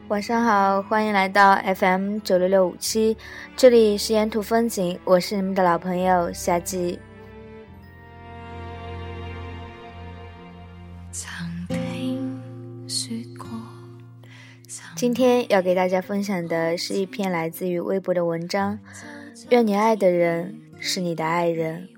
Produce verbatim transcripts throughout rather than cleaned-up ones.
晚上好，欢迎来到 F M 九六六五七，这里是沿途风景，我是你们的老朋友夏季。今天要给大家分享的是一篇来自于微博的文章，愿你爱的人是你的爱人。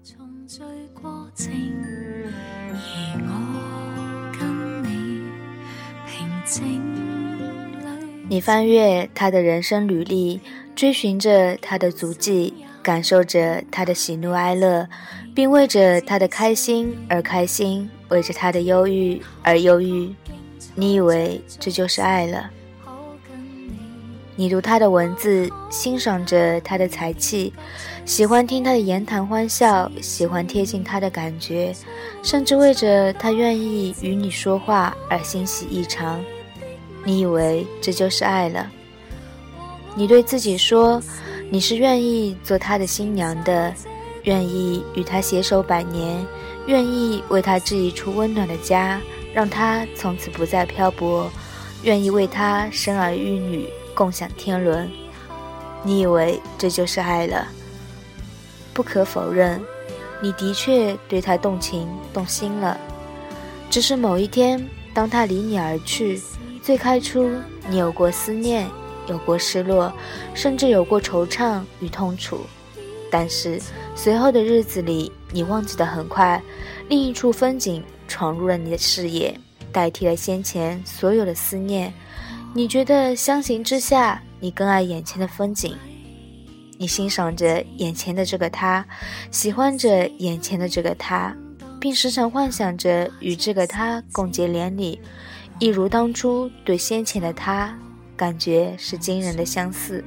你翻阅他的人生履历，追寻着他的足迹，感受着他的喜怒哀乐，并为着他的开心而开心，为着他的忧郁而忧郁。你以为这就是爱了？你读他的文字，欣赏着他的才气，喜欢听他的言谈欢笑，喜欢贴近他的感觉，甚至为着他愿意与你说话而欣喜异常。你以为这就是爱了？你对自己说，你是愿意做他的新娘的，愿意与他携手百年，愿意为他织一处温暖的家，让他从此不再漂泊，愿意为他生儿育女，共享天伦。你以为这就是爱了？不可否认，你的确对他动情动心了，只是某一天当他离你而去，最开初你有过思念，有过失落，甚至有过惆怅与痛楚，但是随后的日子里，你忘记得很快，另一处风景闯入了你的视野，代替了先前所有的思念。你觉得相形之下，你更爱眼前的风景，你欣赏着眼前的这个他，喜欢着眼前的这个他，并时常幻想着与这个他共结连理，一如当初对先前的他，感觉是惊人的相似。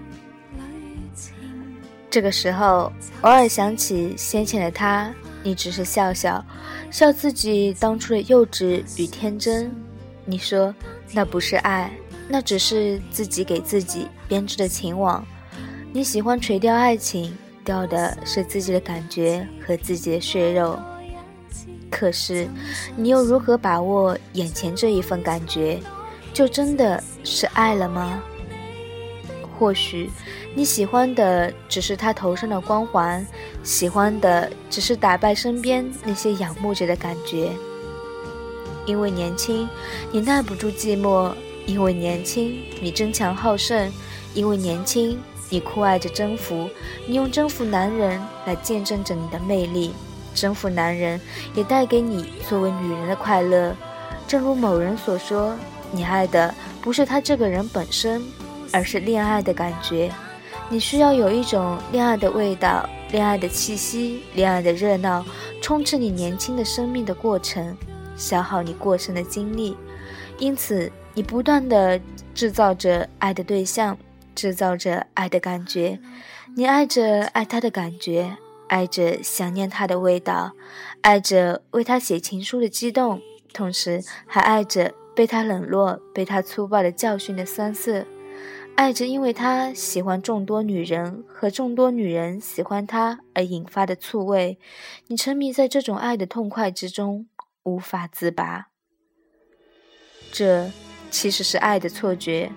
这个时候偶尔想起先前的他，你只是笑笑，笑自己当初的幼稚与天真。你说那不是爱，那只是自己给自己编织的情网。你喜欢垂钓爱情，钓的是自己的感觉和自己的血肉。可是你又如何把握眼前这一份感觉？就真的是爱了吗？或许你喜欢的只是他头上的光环，喜欢的只是打败身边那些仰慕着的感觉。因为年轻，你耐不住寂寞；因为年轻，你争强好胜；因为年轻，你酷爱着征服。你用征服男人来见证着你的魅力，征服男人也带给你作为女人的快乐。正如某人所说，你爱的不是他这个人本身，而是恋爱的感觉。你需要有一种恋爱的味道，恋爱的气息，恋爱的热闹，充斥你年轻的生命的过程，消耗你过剩的精力。因此你不断地制造着爱的对象，制造着爱的感觉。你爱着爱他的感觉，爱着想念他的味道，爱着为他写情书的激动，同时还爱着被他冷落，被他粗暴的教训的酸涩，爱着因为他喜欢众多女人和众多女人喜欢他而引发的醋味。你沉迷在这种爱的痛快之中，无法自拔。这其实是爱的错觉。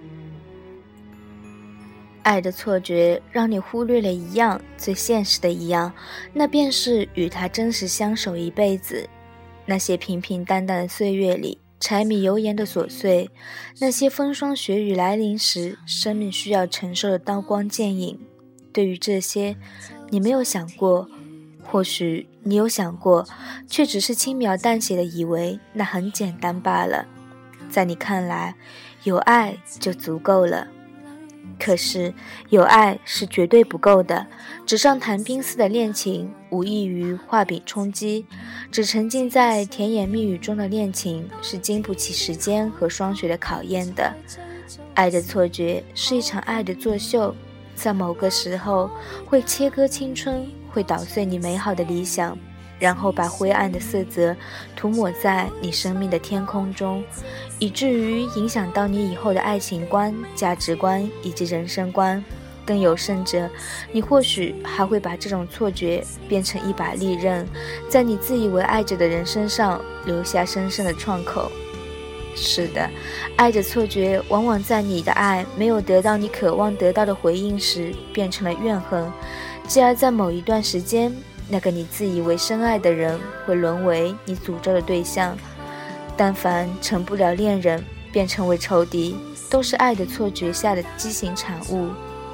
爱的错觉让你忽略了一样最现实的一样，那便是与他真实相守一辈子。那些平平淡淡的岁月里，柴米油盐的琐碎，那些风霜雪雨来临时生命需要承受的刀光剑影，对于这些你没有想过，或许你有想过，却只是轻描淡写的以为那很简单罢了。在你看来，有爱就足够了。可是有爱是绝对不够的，纸上谈兵似的恋情无异于画饼充饥，只沉浸在甜言蜜语中的恋情是经不起时间和霜雪的考验的。爱的错觉是一场爱的作秀，在某个时候会切割青春，会捣碎你美好的理想，然后把灰暗的色泽涂抹在你生命的天空中，以至于影响到你以后的爱情观、价值观以及人生观。更有甚者，你或许还会把这种错觉变成一把利刃，在你自以为爱着的人身上留下深深的创口。 是的，爱的错觉往往在你的爱没有得到你渴望得到的回应时变成了怨恨，继而在某一段时间，那个你自以为深爱的人会沦为你诅咒的对象。但凡成不了恋人，便成为仇敌，都是爱的错觉下的畸形产物。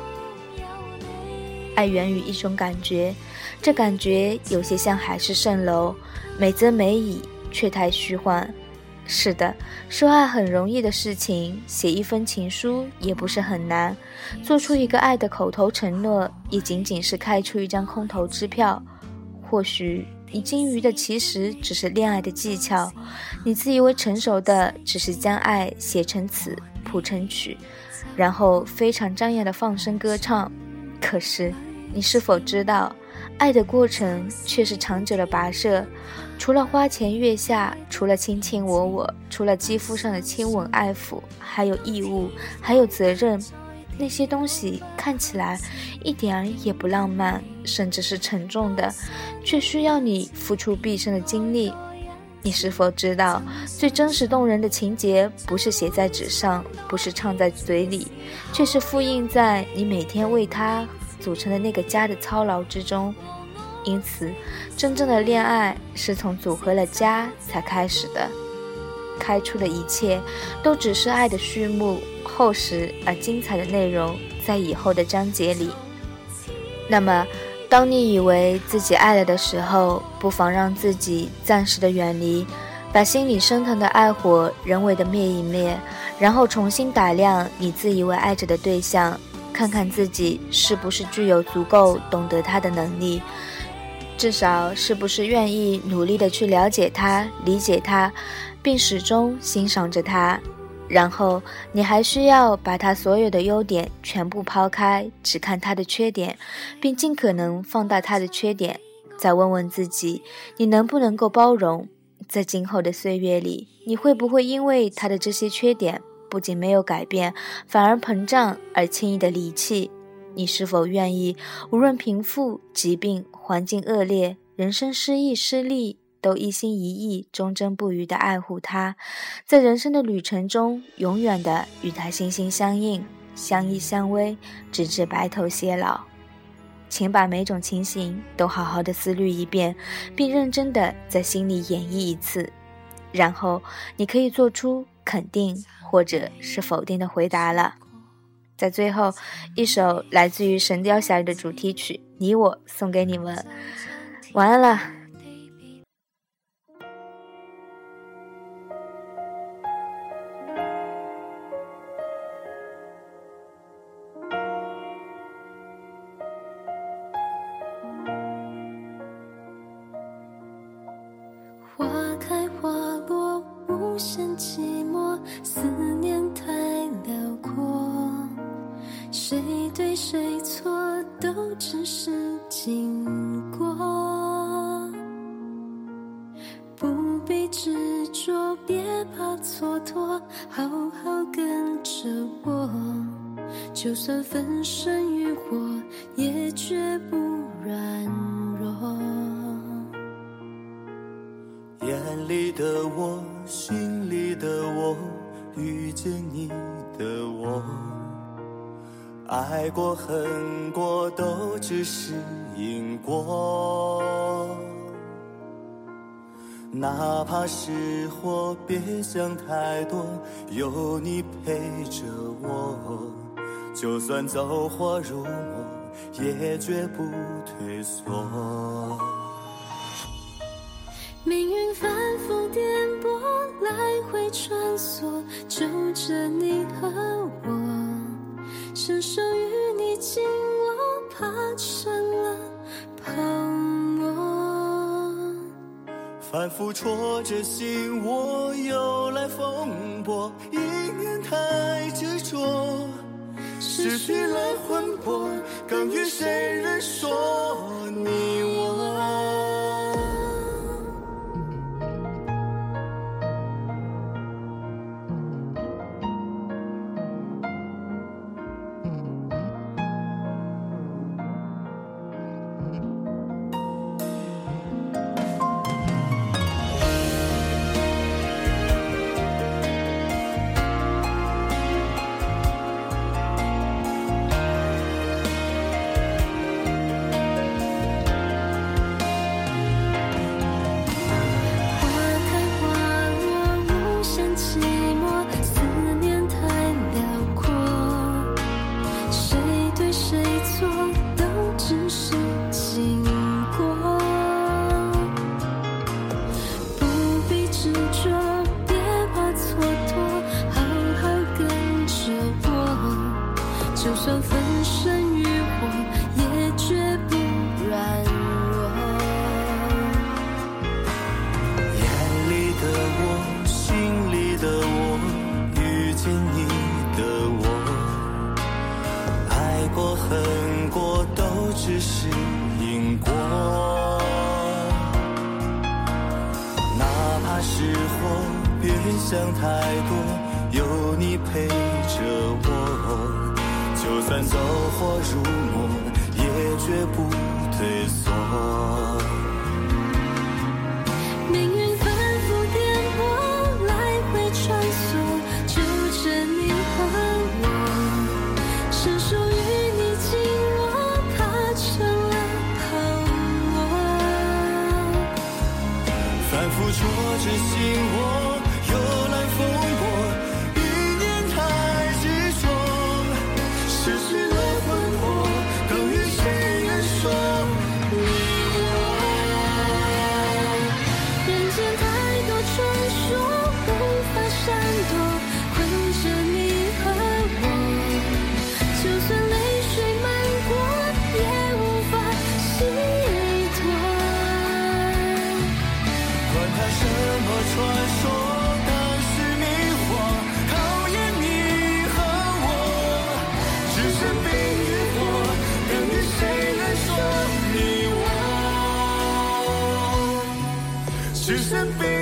爱源于一种感觉，这感觉有些像海市蜃楼，美则美矣，却太虚幻。是的，说爱很容易的事情，写一封情书也不是很难，做出一个爱的口头承诺，也仅仅是开出一张空头支票。或许你精于的其实只是恋爱的技巧，你自以为成熟的只是将爱写成词谱成曲，然后非常张扬的放声歌唱。可是你是否知道，爱的过程却是长久的跋涉，除了花前月下，除了卿卿我我，除了肌肤上的亲吻爱抚，还有义务，还有责任。那些东西看起来一点也不浪漫，甚至是沉重的，却需要你付出毕生的精力。你是否知道，最真实动人的情节不是写在纸上，不是唱在嘴里，却是复印在你每天为它组成的那个家的操劳之中。因此，真正的恋爱是从组合了家才开始的，开出的一切都只是爱的序幕，厚实而精彩的内容在以后的章节里。那么当你以为自己爱了的时候，不妨让自己暂时的远离，把心里升腾的爱火人为的灭一灭，然后重新打量你自以为爱着的对象，看看自己是不是具有足够懂得他的能力，至少是不是愿意努力的去了解他，理解他，并始终欣赏着他。然后你还需要把他所有的优点全部抛开，只看他的缺点，并尽可能放大他的缺点。再问问自己，你能不能够包容？在今后的岁月里，你会不会因为他的这些缺点不仅没有改变，反而膨胀而轻易的离弃？你是否愿意无论贫富、疾病、环境恶劣、人生失意失利，都一心一意、忠贞不渝地爱护他，在人生的旅程中永远地与他心心相印，相依相偎，直至白头偕老？请把每种情形都好好的思虑一遍，并认真地在心里演绎一次，然后你可以做出肯定或者是否定的回答了。在最后，一首来自于《神雕侠侣》的主题曲《你我》送给你们，晚安了。 花开花落，无限寂寞，思念太辽阔，谁对谁错都只是经过，不必执着，别怕蹉跎，好好跟着我，就算粉身浴火，也绝不软弱。 眼里的我，心里的我，遇见你的我，爱过恨过都只是因果，哪怕是祸别想太多，有你陪着我，就算走火入魔也绝不退缩。 命运反复颠簸，来回穿梭，就着你和我，伸手与你紧握，怕成了泡沫。 反复戳着心窝，由来风波，一念太执着，失去了魂魄，更与谁人说你我。 时候别想太多，有你陪着我，就算走火入魔，也绝不退缩。 命运反复颠簸，来回穿梭，就着你和我，伸手与你紧握，它成了泡沫。 反复戳着心窝，由来风波，一念太执着，失去了魂魄，等于谁人说你我？ 人间太多传说，无法闪躲，困着你和我，就算泪水漫过，也无法洗脱。 管它什么传说，当时迷惑，考验你和我，只剩冰与火，等于谁来说你我？只剩冰